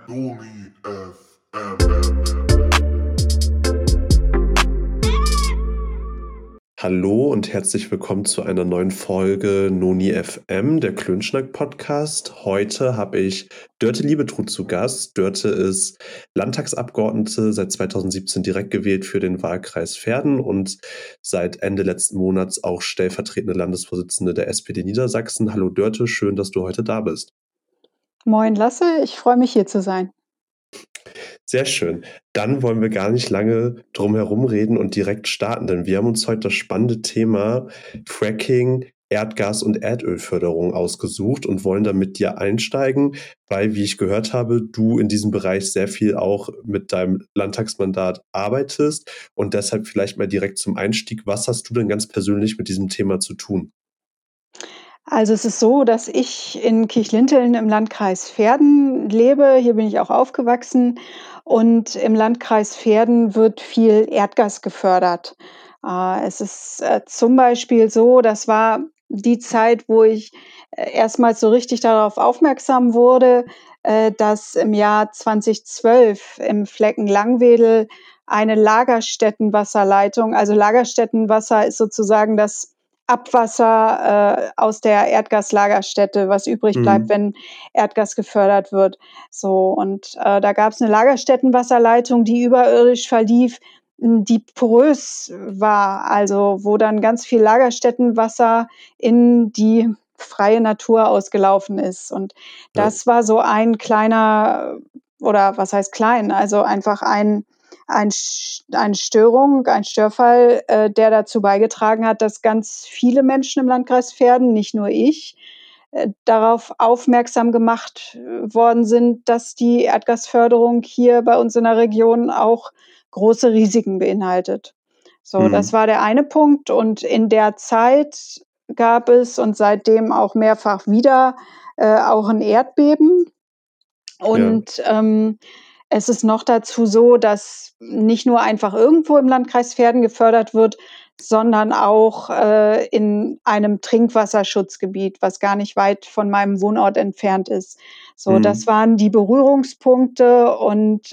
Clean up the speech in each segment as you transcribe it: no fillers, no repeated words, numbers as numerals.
Noni FM. Hallo und herzlich willkommen zu einer neuen Folge Noni FM, der Klönschnack-Podcast. Heute habe ich Dörte Liebetrud zu Gast. Dörte ist Landtagsabgeordnete, seit 2017 direkt gewählt für den Wahlkreis Verden und seit Ende letzten Monats auch stellvertretende Landesvorsitzende der SPD Niedersachsen. Hallo Dörte, schön, dass du heute da bist. Moin Lasse, ich freue mich hier zu sein. Sehr schön. Dann wollen wir gar nicht lange drum herum reden und direkt starten, denn wir haben uns heute das spannende Thema Fracking, Erdgas- und Erdölförderung ausgesucht und wollen da mit dir einsteigen, weil, wie ich gehört habe, du in diesem Bereich sehr viel auch mit deinem Landtagsmandat arbeitest und deshalb vielleicht mal direkt zum Einstieg. Was hast du denn ganz persönlich mit diesem Thema zu tun? Also es ist so, dass ich in Kirchlinteln im Landkreis Verden lebe. Hier bin ich auch aufgewachsen und im Landkreis Verden wird viel Erdgas gefördert. Es ist zum Beispiel so, das war die Zeit, wo ich erstmals so richtig darauf aufmerksam wurde, dass im Jahr 2012 im Flecken Langwedel eine Lagerstättenwasserleitung, also Lagerstättenwasser ist sozusagen das Abwasser aus der Erdgaslagerstätte, was übrig bleibt, wenn Erdgas gefördert wird. So, und da gab es eine Lagerstättenwasserleitung, die überirdisch verlief, die porös war, also wo dann ganz viel Lagerstättenwasser in die freie Natur ausgelaufen ist. Und das war so ein kleiner, oder was heißt klein, also einfach eine Störung, ein Störfall, der dazu beigetragen hat, dass ganz viele Menschen im Landkreis Verden, nicht nur ich, darauf aufmerksam gemacht worden sind, dass die Erdgasförderung hier bei uns in der Region auch große Risiken beinhaltet. So, das war der eine Punkt. Und in der Zeit gab es und seitdem auch mehrfach wieder auch ein Erdbeben. Und es ist noch dazu so, dass nicht nur einfach irgendwo im Landkreis Verden gefördert wird, sondern auch in einem Trinkwasserschutzgebiet, was gar nicht weit von meinem Wohnort entfernt ist. So, das waren die Berührungspunkte und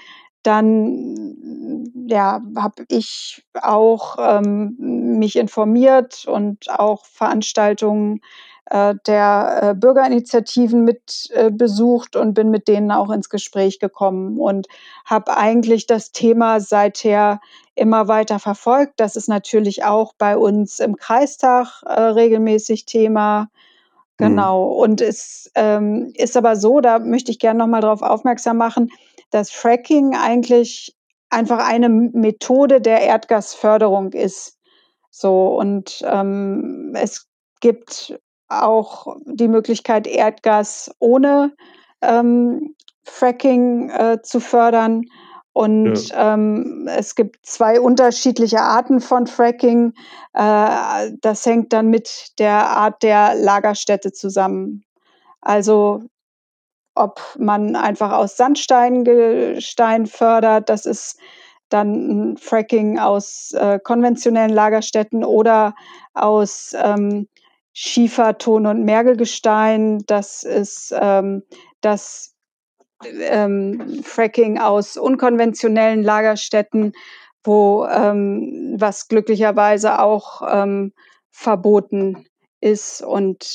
dann habe ich auch mich informiert und auch Veranstaltungen der Bürgerinitiativen mit besucht und bin mit denen auch ins Gespräch gekommen und habe eigentlich das Thema seither immer weiter verfolgt. Das ist natürlich auch bei uns im Kreistag regelmäßig Thema. Genau. Und es ist aber so, da möchte ich gerne noch mal darauf aufmerksam machen, dass Fracking eigentlich einfach eine Methode der Erdgasförderung ist. So, und es gibt auch die Möglichkeit, Erdgas ohne Fracking zu fördern. Und es gibt 2 unterschiedliche Arten von Fracking. Das hängt dann mit der Art der Lagerstätte zusammen. Also ob man einfach aus Sandstein fördert, das ist dann ein Fracking aus konventionellen Lagerstätten oder aus Schiefer, Ton und Mergelgestein. Das ist das Fracking aus unkonventionellen Lagerstätten, wo was glücklicherweise auch verboten ist und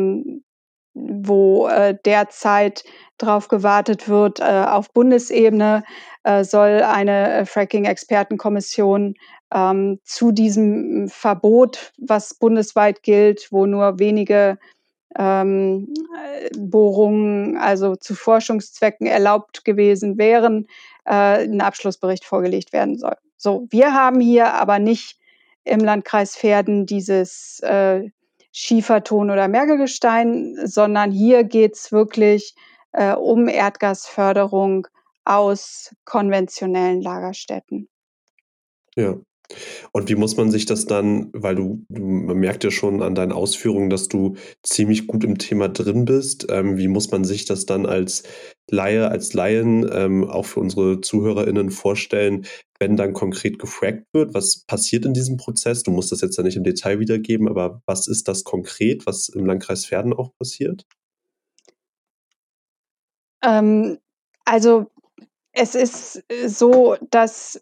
wo derzeit drauf gewartet wird. Auf Bundesebene soll eine Fracking-Expertenkommission zu diesem Verbot, was bundesweit gilt, wo nur wenige Bohrungen, also zu Forschungszwecken erlaubt gewesen wären, 'n Abschlussbericht vorgelegt werden soll. So, wir haben hier aber nicht im Landkreis Verden dieses Schiefer, Ton oder Mergelgestein, sondern hier geht's wirklich um Erdgasförderung aus konventionellen Lagerstätten. Ja. Und wie muss man sich das dann, weil man merkt ja schon an deinen Ausführungen, dass du ziemlich gut im Thema drin bist. Wie muss man sich das dann als Laie, als Laien, auch für unsere ZuhörerInnen vorstellen, wenn dann konkret gefrackt wird? Was passiert in diesem Prozess? Du musst das jetzt ja nicht im Detail wiedergeben, aber was ist das konkret, was im Landkreis Verden auch passiert? Also, es ist so, dass,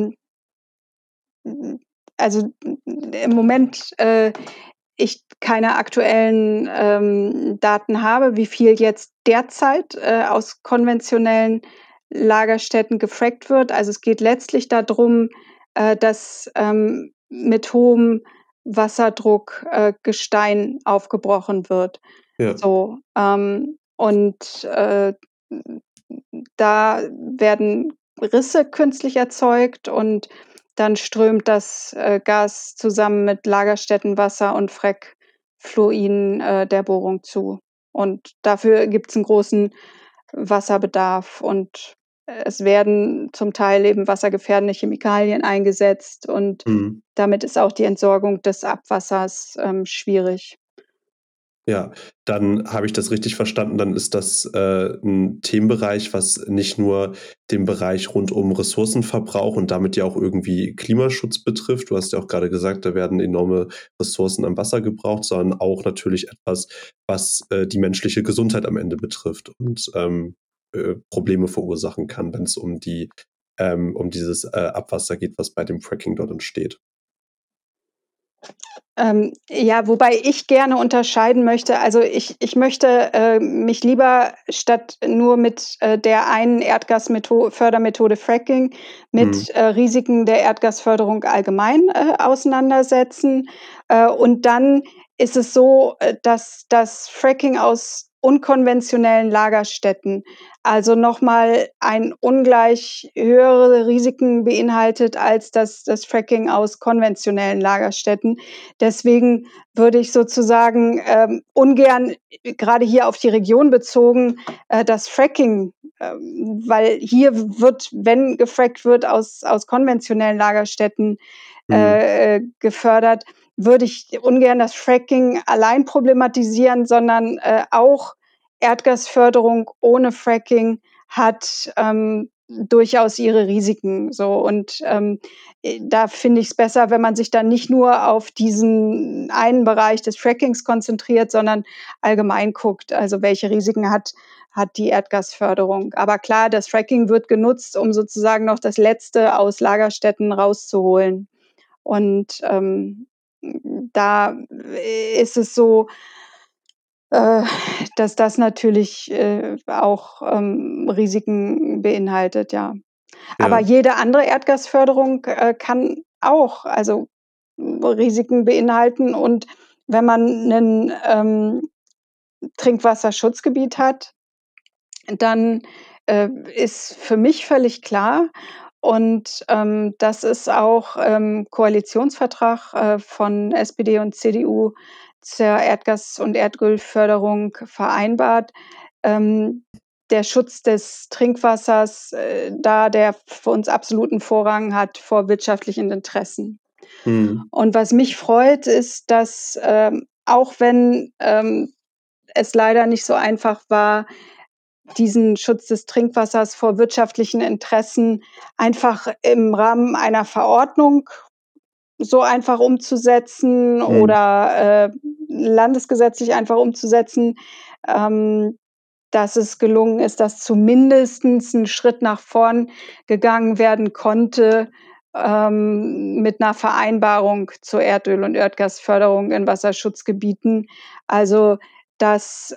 also, im Moment, ich keine aktuellen, Daten habe, wie viel jetzt derzeit, aus konventionellen Lagerstätten gefrackt wird. Also, es geht letztlich darum, dass, mit hohem Wasserdruck, Gestein aufgebrochen wird. Ja. So, und, da werden Risse künstlich erzeugt und dann strömt das, Gas zusammen mit Lagerstättenwasser und Frackfluiden, der Bohrung zu. Und dafür gibt's 'n großen Wasserbedarf und es werden zum Teil eben wassergefährdende Chemikalien eingesetzt und Mhm. damit ist auch die Entsorgung des Abwassers, schwierig. Ja, dann habe ich das richtig verstanden. Dann ist das, 'n Themenbereich, was nicht nur den Bereich rund um Ressourcenverbrauch und damit ja auch irgendwie Klimaschutz betrifft. Du hast ja auch gerade gesagt, da werden enorme Ressourcen am Wasser gebraucht, sondern auch natürlich etwas, was, die menschliche Gesundheit am Ende betrifft und, Probleme verursachen kann, wenn es um dieses, Abwasser geht, was bei dem Fracking dort entsteht. Ja, wobei ich gerne unterscheiden möchte. Also, ich möchte, mich lieber statt nur mit, der einen Fördermethode Fracking Mhm. mit, Risiken der Erdgasförderung allgemein, auseinandersetzen. Und dann ist es so, dass das Fracking aus unkonventionellen Lagerstätten, also noch mal ein ungleich höhere Risiken beinhaltet als das Fracking aus konventionellen Lagerstätten. Deswegen würde ich sozusagen, ungern, grade hier auf die Region bezogen, das Fracking, weil hier wird, wenn gefrackt wird, aus konventionellen Lagerstätten, Mhm. gefördert, würde ich ungern das Fracking allein problematisieren, sondern, auch Erdgasförderung ohne Fracking hat, durchaus ihre Risiken so und, da finde ich's besser, wenn man sich dann nicht nur auf diesen einen Bereich des Frackings konzentriert, sondern allgemein guckt, also welche Risiken hat die Erdgasförderung. Aber klar, das Fracking wird genutzt, um sozusagen noch das Letzte aus Lagerstätten rauszuholen. Und, da ist es so, äh, dass das natürlich, auch, Risiken beinhaltet, ja. Aber Ja. jede andere Erdgasförderung, kann auch, also, Risiken beinhalten und wenn man 'nen, Trinkwasserschutzgebiet hat, dann, ist für mich völlig klar und, das ist auch im Koalitionsvertrag, von SPD und CDU zur Erdgas und Erdölförderung vereinbart, ähm, der Schutz des Trinkwassers, da der für uns absoluten Vorrang hat vor wirtschaftlichen Interessen. Mhm. Und was mich freut, ist, dass, auch wenn, es leider nicht so einfach war, diesen Schutz des Trinkwassers vor wirtschaftlichen Interessen einfach im Rahmen einer Verordnung so einfach umzusetzen Mhm. oder, landesgesetzlich einfach umzusetzen, ähm, dass es gelungen ist, dass zumindestens 'n Schritt nach vorn gegangen werden konnte, mit 'ner Vereinbarung zur Erdöl und Erdgasförderung in Wasserschutzgebieten. Also, dass,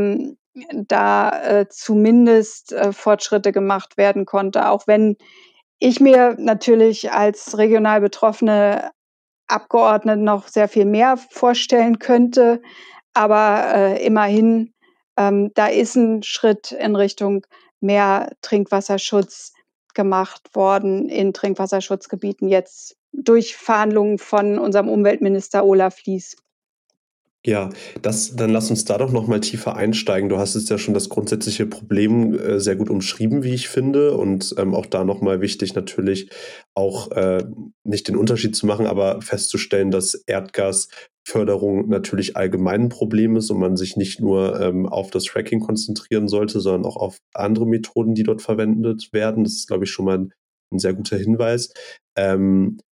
da, zumindest, Fortschritte gemacht werden konnte, auch wenn ich mir natürlich als regional betroffene Abgeordnete noch sehr viel mehr vorstellen könnte, aber, immerhin, da ist 'n Schritt in Richtung mehr Trinkwasserschutz gemacht worden in Trinkwasserschutzgebieten jetzt durch Verhandlungen von unserem Umweltminister Olaf Lies. Ja, dann lass uns da doch noch mal tiefer einsteigen. Du hast jetzt ja schon das grundsätzliche Problem, sehr gut umschrieben, wie ich finde. Und, auch da noch mal wichtig natürlich auch, nicht den Unterschied zu machen, aber festzustellen, dass Erdgasförderung natürlich allgemein 'n Problem ist und man sich nicht nur, auf das Fracking konzentrieren sollte, sondern auch auf andere Methoden, die dort verwendet werden. Das ist, glaube ich, schon mal 'n sehr guter Hinweis. Ähm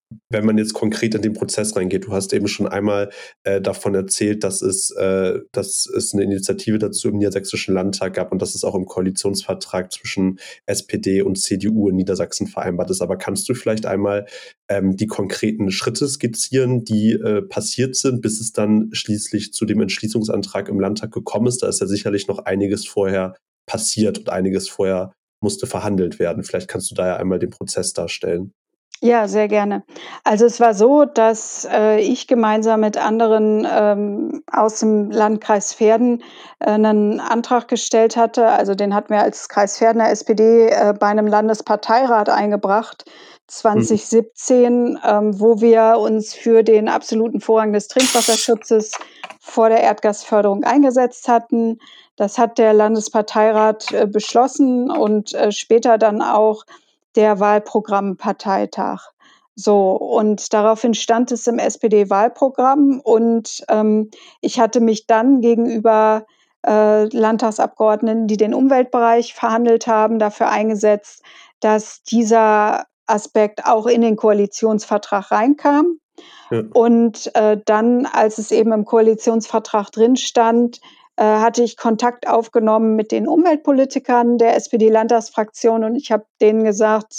wenn man jetzt konkret in den Prozess reingeht, du hast eben schon einmal davon erzählt, dass es eine Initiative dazu im Niedersächsischen Landtag gab und dass es auch im Koalitionsvertrag zwischen SPD und CDU in Niedersachsen vereinbart ist. Aber kannst du vielleicht einmal die konkreten Schritte skizzieren, die passiert sind, bis es dann schließlich zu dem Entschließungsantrag im Landtag gekommen ist? Da ist ja sicherlich noch einiges vorher passiert und einiges vorher musste verhandelt werden. Vielleicht kannst du da ja einmal den Prozess darstellen. Ja, sehr gerne. Also, es war so, dass, ich gemeinsam mit anderen, aus dem Landkreis Verden, 'nen Antrag gestellt hatte. Also, den hatten wir als Kreis Verdener SPD, bei einem Landesparteirat eingebracht, Mhm. 2017, wo wir uns für den absoluten Vorrang des Trinkwasserschutzes vor der Erdgasförderung eingesetzt hatten. Das hat der Landesparteirat, beschlossen und, später dann auch der Wahlprogrammparteitag. So, und daraufhin stand es im SPD-Wahlprogramm und, ich hatte mich dann gegenüber, Landtagsabgeordneten, die den Umweltbereich verhandelt haben, dafür eingesetzt, dass dieser Aspekt auch in den Koalitionsvertrag reinkam. Ja. Und, dann, als es eben im Koalitionsvertrag drin stand, hatte ich Kontakt aufgenommen mit den Umweltpolitikern der SPD-Landtagsfraktion und ich habe denen gesagt,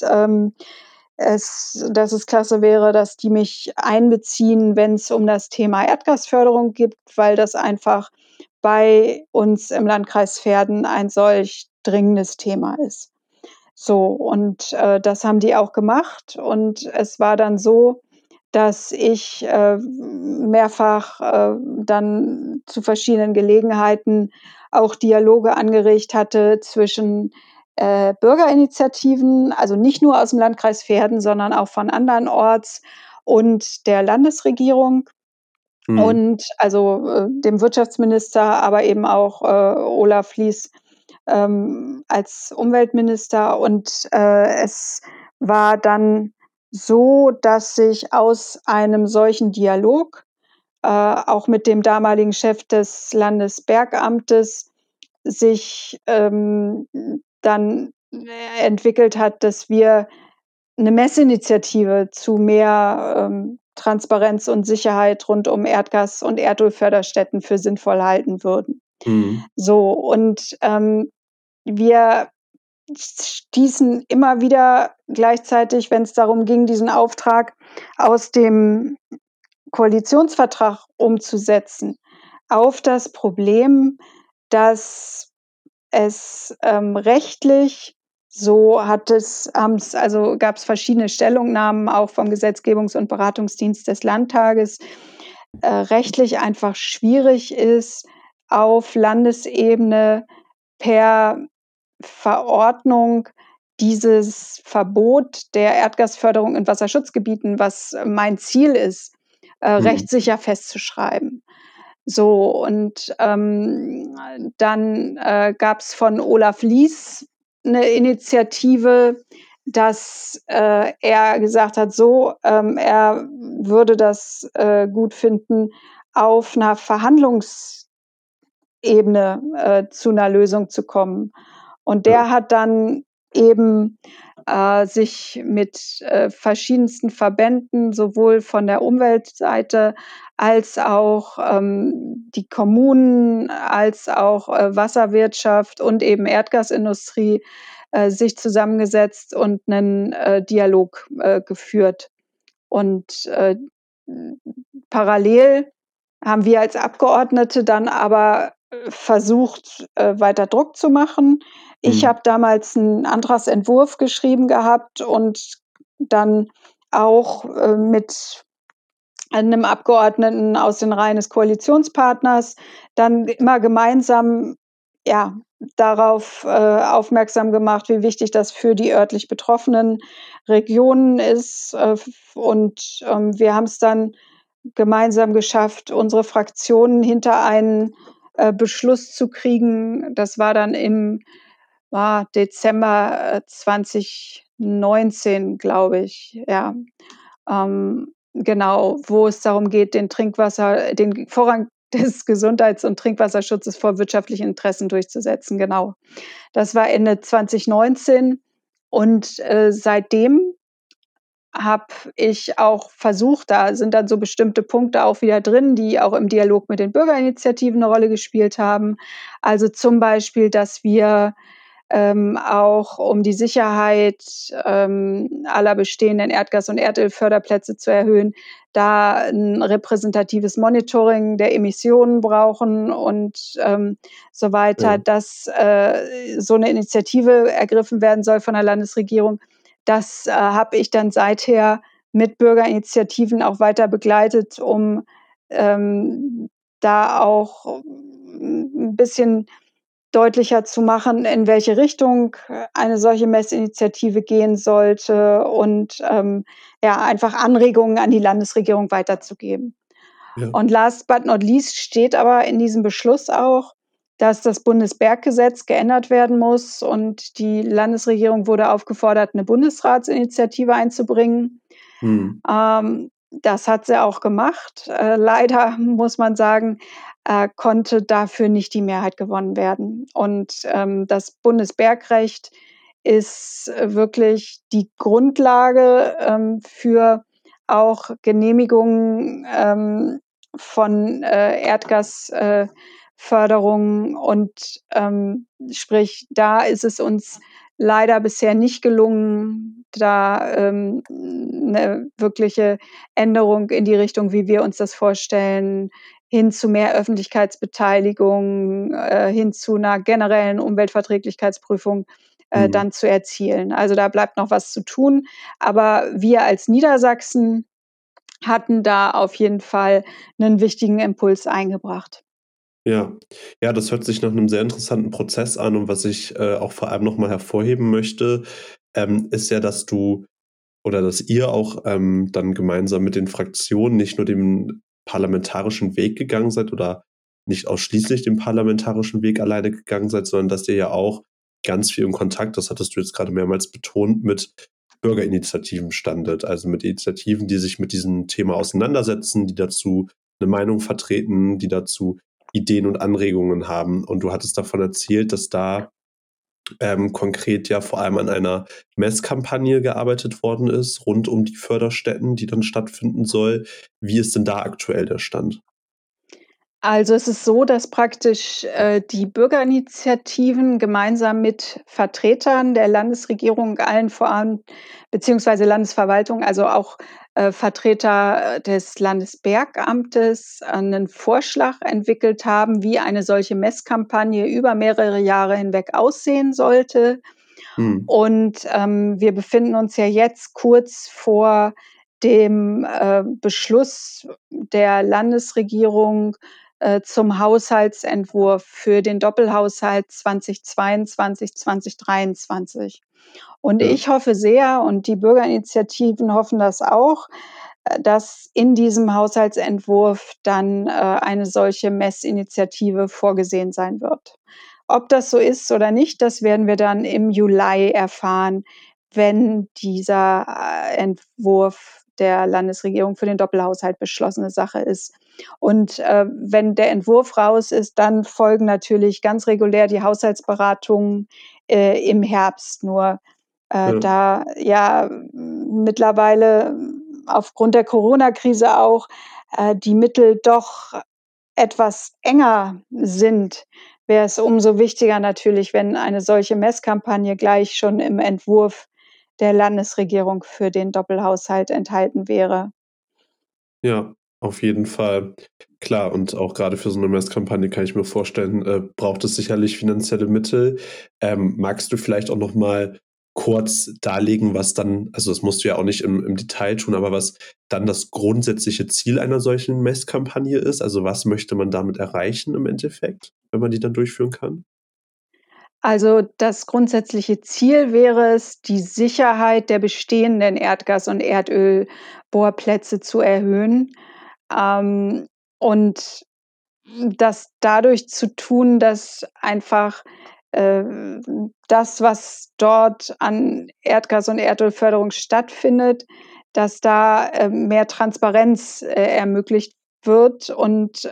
dass es klasse wäre, dass die mich einbeziehen, wenn es um das Thema Erdgasförderung gibt, weil das einfach bei uns im Landkreis Verden ein solch dringendes Thema ist. So, und, das haben die auch gemacht und es war dann so, dass ich, mehrfach, dann zu verschiedenen Gelegenheiten auch Dialoge angeregt hatte zwischen, Bürgerinitiativen, also nicht nur aus dem Landkreis Verden, sondern auch von andernorts und der Landesregierung Mhm. und also, dem Wirtschaftsminister, aber eben auch, Olaf Lies, als Umweltminister. Und, es war dann so, dass sich aus einem solchen Dialog, auch mit dem damaligen Chef des Landesbergamtes sich, dann, entwickelt hat, dass wir 'ne Messinitiative zu mehr, Transparenz und Sicherheit rund um Erdgas und Erdölförderstätten für sinnvoll halten würden. Mhm. So, und, wir stießen immer wieder gleichzeitig, wenn's darum ging, diesen Auftrag aus dem Koalitionsvertrag umzusetzen, auf das Problem, dass es, rechtlich so hat es haben's also gab's verschiedene Stellungnahmen auch vom Gesetzgebungs und Beratungsdienst des Landtages, rechtlich einfach schwierig ist, auf Landesebene per Verordnung dieses Verbot der Erdgasförderung in Wasserschutzgebieten, was mein Ziel ist, Mhm. rechtssicher festzuschreiben. So, und, dann, gab's von Olaf Lies 'ne Initiative, dass, er gesagt hat, so, er würde das, gut finden, auf 'ner Verhandlungsebene, zu 'ner Lösung zu kommen. Und Ja. der hat dann eben, sich mit, verschiedensten Verbänden, sowohl von der Umweltseite als auch, die Kommunen, als auch, Wasserwirtschaft und eben Erdgasindustrie, sich zusammengesetzt und 'nen, Dialog, geführt. Und, parallel haben wir als Abgeordnete dann aber, versucht, weiter Druck zu machen. Ich Mhm. habe damals 'n Antragsentwurf geschrieben gehabt und dann auch, mit einem Abgeordneten aus den Reihen des Koalitionspartners dann immer gemeinsam, ja, darauf, aufmerksam gemacht, wie wichtig das für die örtlich betroffenen Regionen ist, f und, wir haben's dann gemeinsam geschafft, unsere Fraktionen hinter einen, Beschluss zu kriegen. Das war dann im, Dezember, 2019, glaube ich, ja. Genau, wo es darum geht, den Vorrang des Gesundheits und Trinkwasserschutzes vor wirtschaftlichen Interessen durchzusetzen, genau. Das war Ende 2019 und, seitdem habe ich auch versucht, da sind dann so bestimmte Punkte auch wieder drin, die auch im Dialog mit den Bürgerinitiativen eine Rolle gespielt haben. Also zum Beispiel, dass wir auch um die Sicherheit aller bestehenden Erdgas- und Erdölförderplätze zu erhöhen, da ein repräsentatives Monitoring der Emissionen brauchen und so weiter, Ja. dass so eine Initiative ergriffen werden soll von der Landesregierung. Das habe ich dann seither mit Bürgerinitiativen auch weiter begleitet, um da auch ein bisschen deutlicher zu machen, in welche Richtung eine solche Messinitiative gehen sollte und ja, einfach Anregungen an die Landesregierung weiterzugeben. Ja. Und last but not least steht aber in diesem Beschluss auch, dass das Bundesberggesetz geändert werden muss und die Landesregierung wurde aufgefordert, eine Bundesratsinitiative einzubringen. Das hat sie auch gemacht. Leider muss man sagen, konnte dafür nicht die Mehrheit gewonnen werden. Und das Bundesbergrecht ist wirklich die Grundlage für auch Genehmigungen von Erdgasförderung. Und sprich, da ist es uns leider bisher nicht gelungen, da eine wirkliche Änderung in die Richtung, wie wir uns das vorstellen, hin zu mehr Öffentlichkeitsbeteiligung, hin zu einer generellen Umweltverträglichkeitsprüfung Mhm. dann zu erzielen. Also da bleibt noch was zu tun. Aber wir als Niedersachsen hatten da auf jeden Fall einen wichtigen Impuls eingebracht. Ja. Ja, das hört sich nach einem sehr interessanten Prozess an und was ich, auch vor allem noch mal hervorheben möchte, ist ja, dass du oder dass ihr auch, dann gemeinsam mit den Fraktionen nicht nur den parlamentarischen Weg gegangen seid oder nicht ausschließlich den parlamentarischen Weg alleine gegangen seid, sondern dass ihr ja auch ganz viel in Kontakt, das hattest du jetzt gerade mehrmals betont, mit Bürgerinitiativen standet. Also mit Initiativen, die sich mit diesem Thema auseinandersetzen, die dazu eine Meinung vertreten, die dazu Ideen und Anregungen haben. Und du hattest davon erzählt, dass da konkret ja vor allem an einer Messkampagne gearbeitet worden ist, rund um die Förderstätten, die dann stattfinden soll. Wie ist denn da aktuell der Stand? Also, es ist so, dass praktisch die Bürgerinitiativen gemeinsam mit Vertretern der Landesregierung, allen voran beziehungsweise Landesverwaltung, also auch Vertreter des Landesbergamtes, 'nen Vorschlag entwickelt haben, wie eine solche Messkampagne über mehrere Jahre hinweg aussehen sollte. Mhm. Und wir befinden uns ja jetzt kurz vor dem Beschluss der Landesregierung zum Haushaltsentwurf für den Doppelhaushalt 2022, 2023. Und Ja, ich hoffe sehr und die Bürgerinitiativen hoffen das auch, dass in diesem Haushaltsentwurf dann eine solche Messinitiative vorgesehen sein wird. Ob das so ist oder nicht, das werden wir dann im Juli erfahren, wenn dieser Entwurf der Landesregierung für den Doppelhaushalt beschlossene Sache ist. Und wenn der Entwurf raus ist, dann folgen natürlich ganz regulär die Haushaltsberatungen im Herbst. Nur ja, da ja mittlerweile aufgrund der Corona-Krise auch die Mittel doch etwas enger sind, wäre es umso wichtiger natürlich, wenn eine solche Messkampagne gleich schon im Entwurf der Landesregierung für den Doppelhaushalt enthalten wäre. ja, auf jeden Fall. Klar, und auch gerade für so eine Messkampagne kann ich mir vorstellen, braucht es sicherlich finanzielle Mittel. Magst du vielleicht auch noch mal kurz darlegen, was dann also, das musst du ja auch nicht im Detail tun, aber was dann das grundsätzliche Ziel einer solchen Messkampagne ist? Also, was möchte man damit erreichen im Endeffekt, wenn man die dann durchführen kann? Also, das grundsätzliche Ziel wäre es, die Sicherheit der bestehenden Erdgas- und Erdölbohrplätze zu erhöhen, und das dadurch zu tun, dass einfach äh, das, was dort an Erdgas- und Erdölförderung stattfindet, dass da mehr Transparenz ermöglicht wird und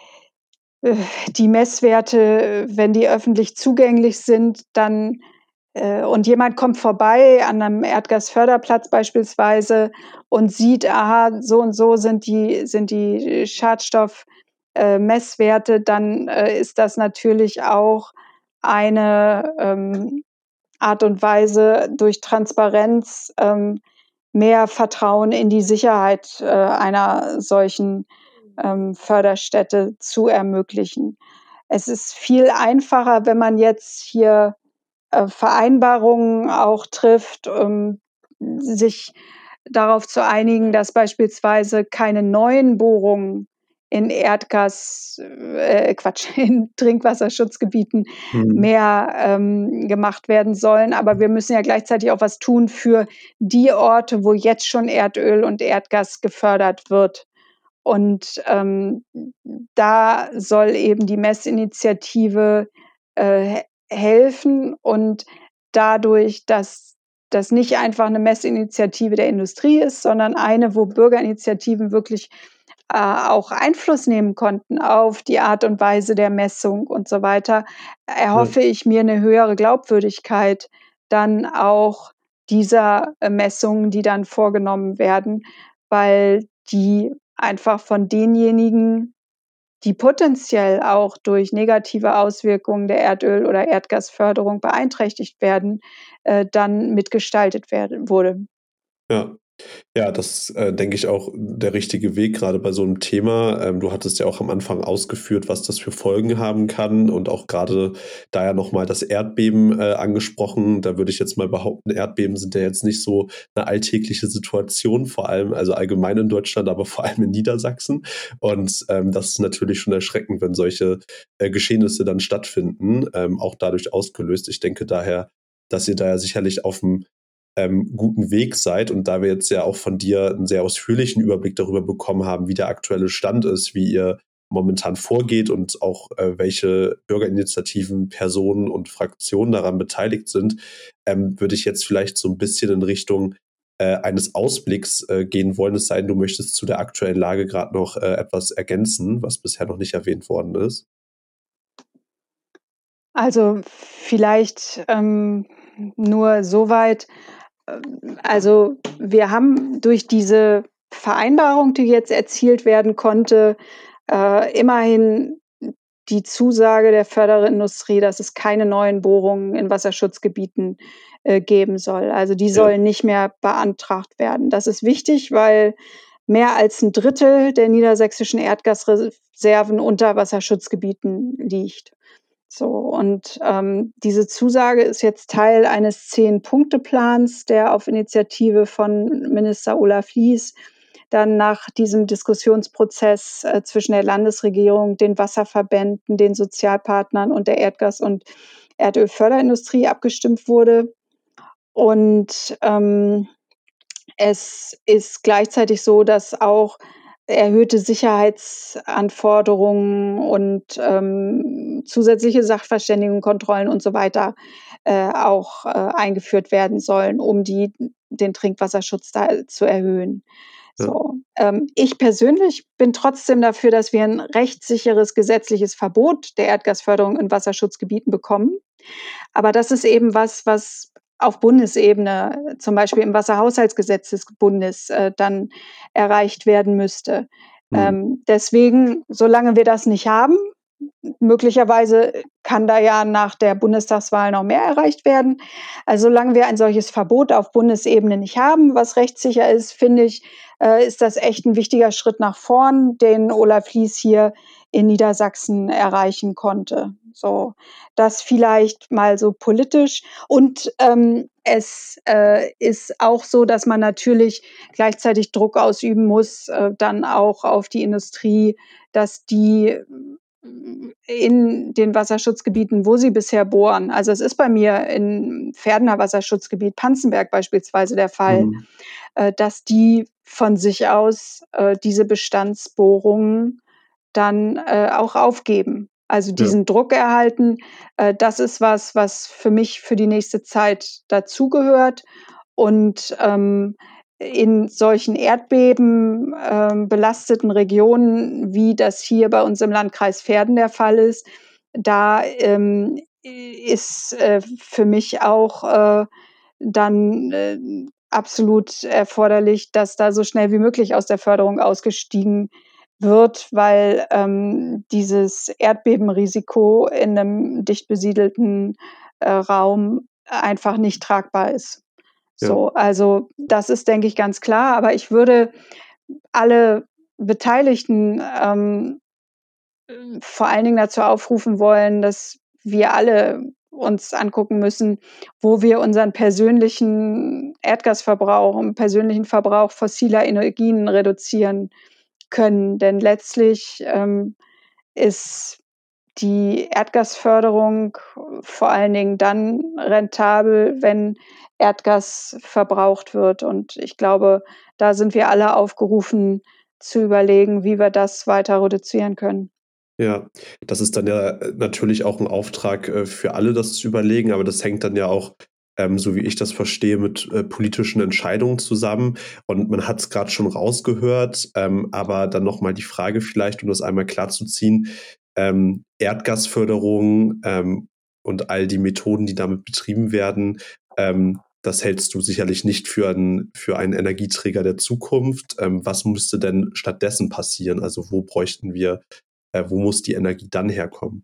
äh, die Messwerte, wenn die öffentlich zugänglich sind, dann und jemand kommt vorbei an einem Erdgasförderplatz beispielsweise und sieht, aha, so und so sind die Schadstoff-Messwerte, dann ist das natürlich auch eine Art und Weise, durch Transparenz mehr Vertrauen in die Sicherheit einer solchen Förderstätte zu ermöglichen. Es ist viel einfacher, wenn man jetzt hier Vereinbarungen auch trifft, sich darauf zu einigen, dass beispielsweise keine neuen Bohrungen in in Trinkwasserschutzgebieten Mhm. mehr gemacht werden sollen. Aber wir müssen ja gleichzeitig auch was tun für die Orte, wo jetzt schon Erdöl und Erdgas gefördert wird. Und da soll eben die Messinitiative helfen und dadurch, dass das nicht einfach eine Messinitiative der Industrie ist, sondern eine, wo Bürgerinitiativen wirklich auch Einfluss nehmen konnten auf die Art und Weise der Messung und so weiter, Ja. erhoffe ich mir eine höhere Glaubwürdigkeit dann auch dieser Messungen, die dann vorgenommen werden, weil die einfach von denjenigen, die potenziell auch durch negative Auswirkungen der Erdöl oder Erdgasförderung beeinträchtigt werden, dann mitgestaltet wurde. Ja. Ja, das denke ich auch der richtige Weg, gerade bei so einem Thema. Du hattest ja auch am Anfang ausgeführt, was das für Folgen haben kann und auch gerade da ja noch mal das Erdbeben angesprochen. Da würde ich jetzt mal behaupten, Erdbeben sind ja jetzt nicht so eine alltägliche Situation, vor allem also allgemein in Deutschland, aber vor allem in Niedersachsen. Und das ist natürlich schon erschreckend, wenn solche Geschehnisse dann stattfinden, auch dadurch ausgelöst. Ich denke daher, dass ihr da ja sicherlich auf dem guten Weg seid. Und da wir jetzt ja auch von dir einen sehr ausführlichen Überblick darüber bekommen haben, wie der aktuelle Stand ist, wie ihr momentan vorgeht und auch welche Bürgerinitiativen, Personen und Fraktionen daran beteiligt sind, würde ich jetzt vielleicht so ein bisschen in Richtung eines Ausblicks gehen wollen, es sei denn, du möchtest zu der aktuellen Lage gerade noch etwas ergänzen, was bisher noch nicht erwähnt worden ist. Also vielleicht nur soweit, also wir haben durch diese Vereinbarung, die jetzt erzielt werden konnte, immerhin die Zusage der Förderindustrie, dass es keine neuen Bohrungen in Wasserschutzgebieten geben soll. Also die Ja. sollen nicht mehr beantragt werden. Das ist wichtig, weil mehr als ein Drittel der niedersächsischen Erdgasreserven unter Wasserschutzgebieten liegt. So, und diese Zusage ist jetzt Teil eines 10-Punkte-Plans, der auf Initiative von Minister Olaf Lies dann nach diesem Diskussionsprozess zwischen der Landesregierung, den Wasserverbänden, den Sozialpartnern und der Erdgas- und Erdölförderindustrie abgestimmt wurde. Und es ist gleichzeitig so, dass auch erhöhte Sicherheitsanforderungen und zusätzliche Sachverständigenkontrollen und so weiter auch eingeführt werden sollen, um den Trinkwasserschutz da zu erhöhen. Ja. So, ich persönlich bin trotzdem dafür, dass wir ein rechtssicheres gesetzliches Verbot der Erdgasförderung in Wasserschutzgebieten bekommen. Aber das ist eben was auf Bundesebene, zum Beispiel im Wasserhaushaltsgesetz des Bundes, dann erreicht werden müsste. Mhm. Deswegen, solange wir das nicht haben, möglicherweise kann da ja nach der Bundestagswahl noch mehr erreicht werden. Also solange wir ein solches Verbot auf Bundesebene nicht haben, was rechtssicher ist, finde ich, ist das echt ein wichtiger Schritt nach vorn, den Olaf Lies hier in Niedersachsen erreichen konnte. So, das vielleicht mal so politisch. Und es ist auch so, dass man natürlich gleichzeitig Druck ausüben muss, dann auch auf die Industrie, dass die in den Wasserschutzgebieten, wo sie bisher bohren. Also es ist bei mir im Pferdener Wasserschutzgebiet Panzenberg beispielsweise der Fall, Mhm. dass die von sich aus diese Bestandsbohrungen dann auch aufgeben. Also Ja. diesen Druck erhalten, das ist was für mich für die nächste Zeit dazugehört. Und in solchen Erdbeben belasteten Regionen, wie das hier bei uns im Landkreis Verden der Fall ist, da ist für mich auch dann absolut erforderlich, dass da so schnell wie möglich aus der Förderung ausgestiegen wird, weil dieses Erdbebenrisiko in einem dicht besiedelten Raum einfach nicht tragbar ist. Ja, So, also das ist, denke ich, ganz klar. Aber ich würde alle Beteiligten vor allen Dingen dazu aufrufen wollen, dass wir alle uns angucken müssen, wo wir unseren persönlichen Erdgasverbrauch und persönlichen Verbrauch fossiler Energien reduzieren können. Denn letztlich ist die Erdgasförderung vor allen Dingen dann rentabel, wenn Erdgas verbraucht wird. Und ich glaube, da sind wir alle aufgerufen zu überlegen, wie wir das weiter reduzieren können. ja. Das ist dann ja natürlich auch ein Auftrag für alle, das zu überlegen, aber das hängt dann ja auch, so wie ich das verstehe, mit politischen Entscheidungen zusammen. Und man hat es gerade schon rausgehört, aber dann nochmal die Frage vielleicht, um das einmal klarzuziehen, Erdgasförderung und all die Methoden, die damit betrieben werden, das hältst du sicherlich nicht für einen Energieträger der Zukunft. Was müsste denn stattdessen passieren? Also wo muss die Energie dann herkommen?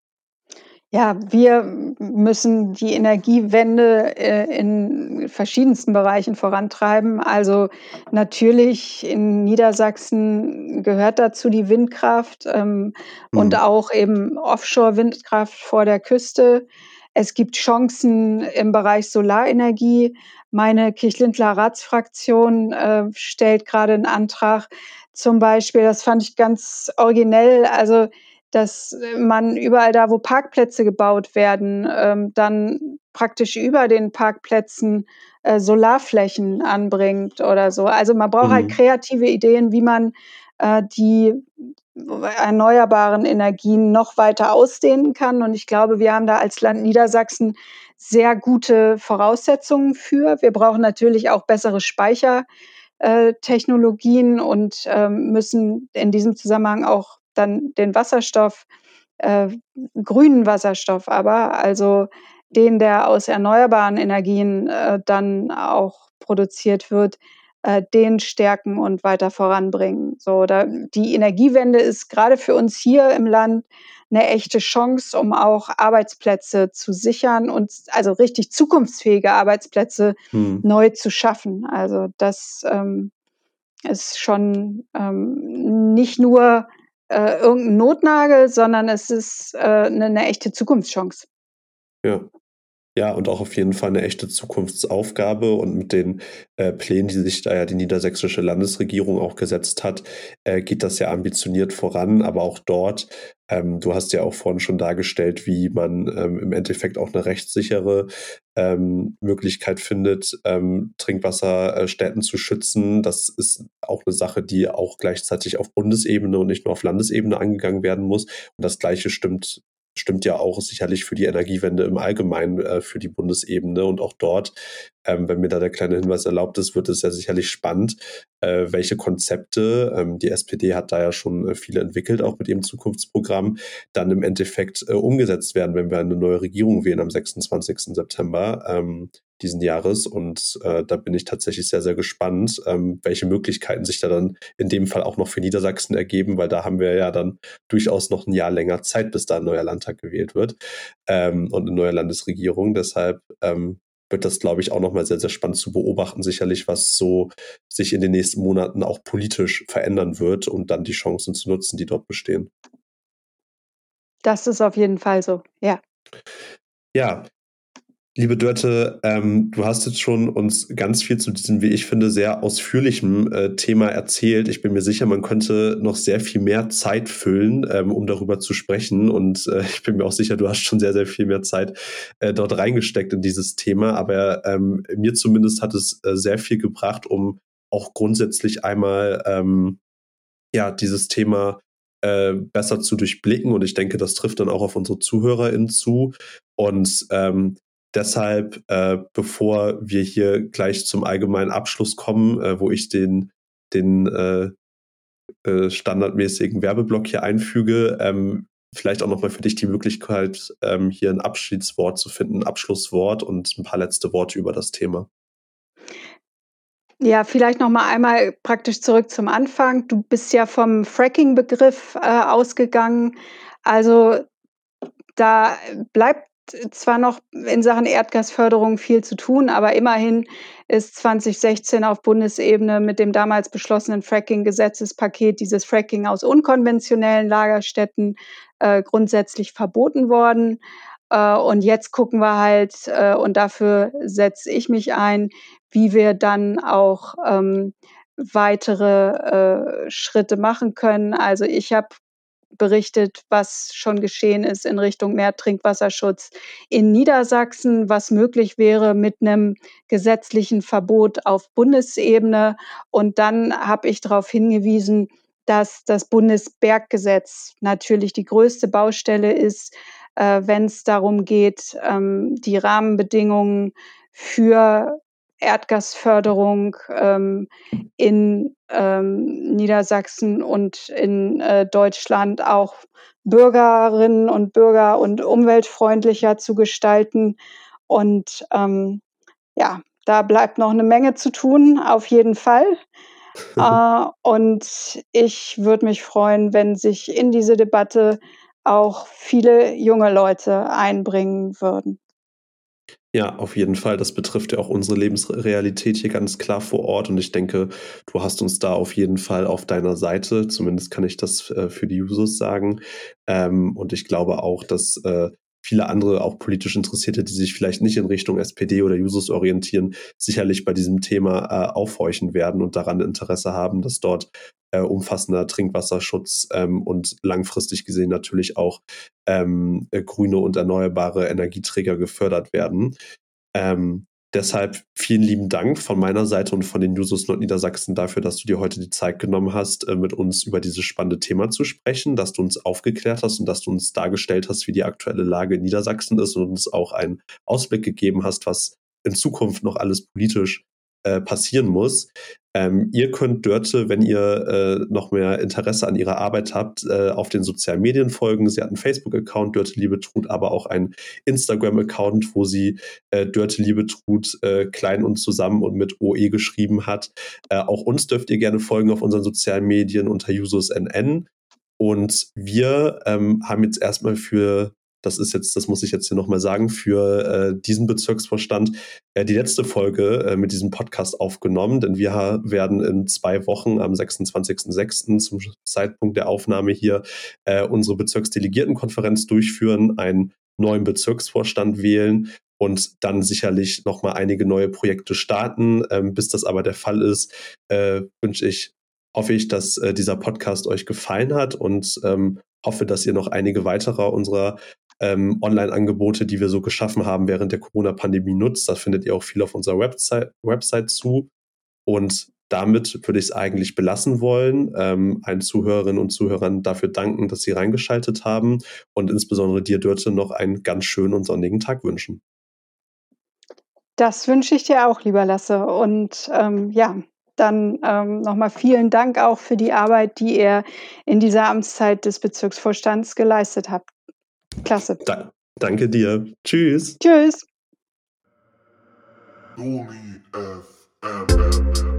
Ja, wir müssen die Energiewende in verschiedensten Bereichen vorantreiben. Also natürlich in Niedersachsen gehört dazu die Windkraft und Mhm. auch eben Offshore-Windkraft vor der Küste. Es gibt Chancen im Bereich Solarenergie. Meine Kirchlindler Ratsfraktion stellt gerade einen Antrag, zum Beispiel, das fand ich ganz originell, also dass man überall da, wo Parkplätze gebaut werden, dann praktisch über den Parkplätzen Solarflächen anbringt oder so. Also man braucht halt Mhm. kreative Ideen, wie man die erneuerbaren Energien noch weiter ausdehnen kann. Und ich glaube, wir haben da als Land Niedersachsen sehr gute Voraussetzungen für. Wir brauchen natürlich auch bessere Speichertechnologien und müssen in diesem Zusammenhang auch dann den Wasserstoff, äh, grünen Wasserstoff aber, also den, der aus erneuerbaren Energien dann auch produziert wird, den stärken und weiter voranbringen. So, die Energiewende ist gerade für uns hier im Land eine echte Chance, um auch Arbeitsplätze zu sichern und also richtig zukunftsfähige Arbeitsplätze Mhm. neu zu schaffen. Also das ist schon nicht nur irgendein Notnagel, sondern es ist eine echte Zukunftschance. Ja. Ja, und auch auf jeden Fall eine echte Zukunftsaufgabe und mit den Plänen, die sich da ja die niedersächsische Landesregierung auch gesetzt hat, geht das ja ambitioniert voran. Aber auch dort, du hast ja auch vorhin schon dargestellt, wie man im Endeffekt auch eine rechtssichere Möglichkeit findet, Trinkwasserstätten zu schützen. Das ist auch eine Sache, die auch gleichzeitig auf Bundesebene und nicht nur auf Landesebene angegangen werden muss. Und das Gleiche stimmt ja auch sicherlich für die Energiewende im Allgemeinen für die Bundesebene. Und auch dort, wenn mir da der kleine Hinweis erlaubt ist, wird es ja sicherlich spannend, welche Konzepte, die SPD hat da ja schon viele entwickelt, auch mit ihrem Zukunftsprogramm, dann im Endeffekt umgesetzt werden, wenn wir eine neue Regierung wählen am 26. September diesen Jahres. Und da bin ich tatsächlich sehr, sehr gespannt, welche Möglichkeiten sich da dann in dem Fall auch noch für Niedersachsen ergeben, weil da haben wir ja dann durchaus noch ein Jahr länger Zeit, bis da ein neuer Landtag gewählt wird und eine neue Landesregierung. Deshalb wird das, glaube ich, auch nochmal sehr, sehr spannend zu beobachten, sicherlich, was so sich in den nächsten Monaten auch politisch verändern wird und dann die Chancen zu nutzen, die dort bestehen. Das ist auf jeden Fall so, ja. Ja, liebe Dörte, du hast jetzt schon uns ganz viel zu diesem, wie ich finde, sehr ausführlichen Thema erzählt. Ich bin mir sicher, man könnte noch sehr viel mehr Zeit füllen, um darüber zu sprechen. Und ich bin mir auch sicher, du hast schon sehr, sehr viel mehr Zeit dort reingesteckt in dieses Thema. Aber mir zumindest hat es sehr viel gebracht, um auch grundsätzlich einmal ja, dieses Thema besser zu durchblicken. Und ich denke, das trifft dann auch auf unsere ZuhörerInnen zu. Und deshalb, bevor wir hier gleich zum allgemeinen Abschluss kommen, wo ich den standardmäßigen Werbeblock hier einfüge, vielleicht auch nochmal für dich die Möglichkeit, hier ein Abschiedswort zu finden, ein Abschlusswort und ein paar letzte Worte über das Thema. Ja, vielleicht noch mal einmal praktisch zurück zum Anfang. Du bist ja vom Fracking-Begriff, ausgegangen. Also, da bleibt zwar noch in Sachen Erdgasförderung viel zu tun, aber immerhin ist 2016 auf Bundesebene mit dem damals beschlossenen Fracking-Gesetzespaket dieses Fracking aus unkonventionellen Lagerstätten, grundsätzlich verboten worden. Und jetzt gucken wir halt, und dafür setze ich mich ein, wie wir dann auch, weitere, Schritte machen können. Also, ich habe berichtet, was schon geschehen ist in Richtung mehr Trinkwasserschutz in Niedersachsen, was möglich wäre mit einem gesetzlichen Verbot auf Bundesebene. Und dann habe ich darauf hingewiesen, dass das Bundesberggesetz natürlich die größte Baustelle ist, wenn es darum geht, die Rahmenbedingungen für Erdgasförderung, in, Niedersachsen und in, Deutschland auch Bürgerinnen und Bürger und umweltfreundlicher zu gestalten. Und, ja, da bleibt noch eine Menge zu tun, auf jeden Fall. Und ich würde mich freuen, wenn sich in diese Debatte auch viele junge Leute einbringen würden. Ja, auf jeden Fall. Das betrifft ja auch unsere Lebensrealität hier ganz klar vor Ort. Und ich denke, du hast uns da auf jeden Fall auf deiner Seite. Zumindest kann ich das für die Jusos sagen. Und ich glaube auch, dass viele andere, auch politisch Interessierte, die sich vielleicht nicht in Richtung SPD oder Jusos orientieren, sicherlich bei diesem Thema aufhorchen werden und daran Interesse haben, dass dort umfassender Trinkwasserschutz und langfristig gesehen natürlich auch grüne und erneuerbare Energieträger gefördert werden. Deshalb vielen lieben Dank von meiner Seite und von den Jusos Nordniedersachsen dafür, dass du dir heute die Zeit genommen hast, mit uns über dieses spannende Thema zu sprechen, dass du uns aufgeklärt hast und dass du uns dargestellt hast, wie die aktuelle Lage in Niedersachsen ist und uns auch einen Ausblick gegeben hast, was in Zukunft noch alles politisch passieren muss. Ihr könnt Dörte, wenn ihr noch mehr Interesse an ihrer Arbeit habt, auf den sozialen Medien folgen. Sie hat einen Facebook-Account, Dörte Liebetrud, aber auch einen Instagram-Account, wo sie Dörte Liebetrud klein und zusammen und mit OE geschrieben hat. Auch uns dürft ihr gerne folgen auf unseren sozialen Medien unter JusosNN. Und wir haben jetzt erstmal das muss ich jetzt hier nochmal sagen, für diesen Bezirksvorstand die letzte Folge mit diesem Podcast aufgenommen, denn wir werden in 2 Wochen am 26.06. zum Zeitpunkt der Aufnahme hier unsere Bezirksdelegiertenkonferenz durchführen, einen neuen Bezirksvorstand wählen und dann sicherlich nochmal einige neue Projekte starten. Bis das aber der Fall ist, hoffe ich, dass dieser Podcast euch gefallen hat und hoffe, dass ihr noch einige weiterer unserer Online-Angebote, die wir so geschaffen haben während der Corona-Pandemie nutzt. Da findet ihr auch viel auf unserer Website zu. Und damit würde ich es eigentlich belassen wollen. Allen Zuhörerinnen und Zuhörern dafür danken, dass sie reingeschaltet haben und insbesondere dir, Dörte, noch einen ganz schönen und sonnigen Tag wünschen. Das wünsche ich dir auch, lieber Lasse. Und, ja, dann, noch mal vielen Dank auch für die Arbeit, die ihr in dieser Amtszeit des Bezirksvorstands geleistet habt. Klasse. Danke dir. Tschüss. Tschüss. Dolly FM.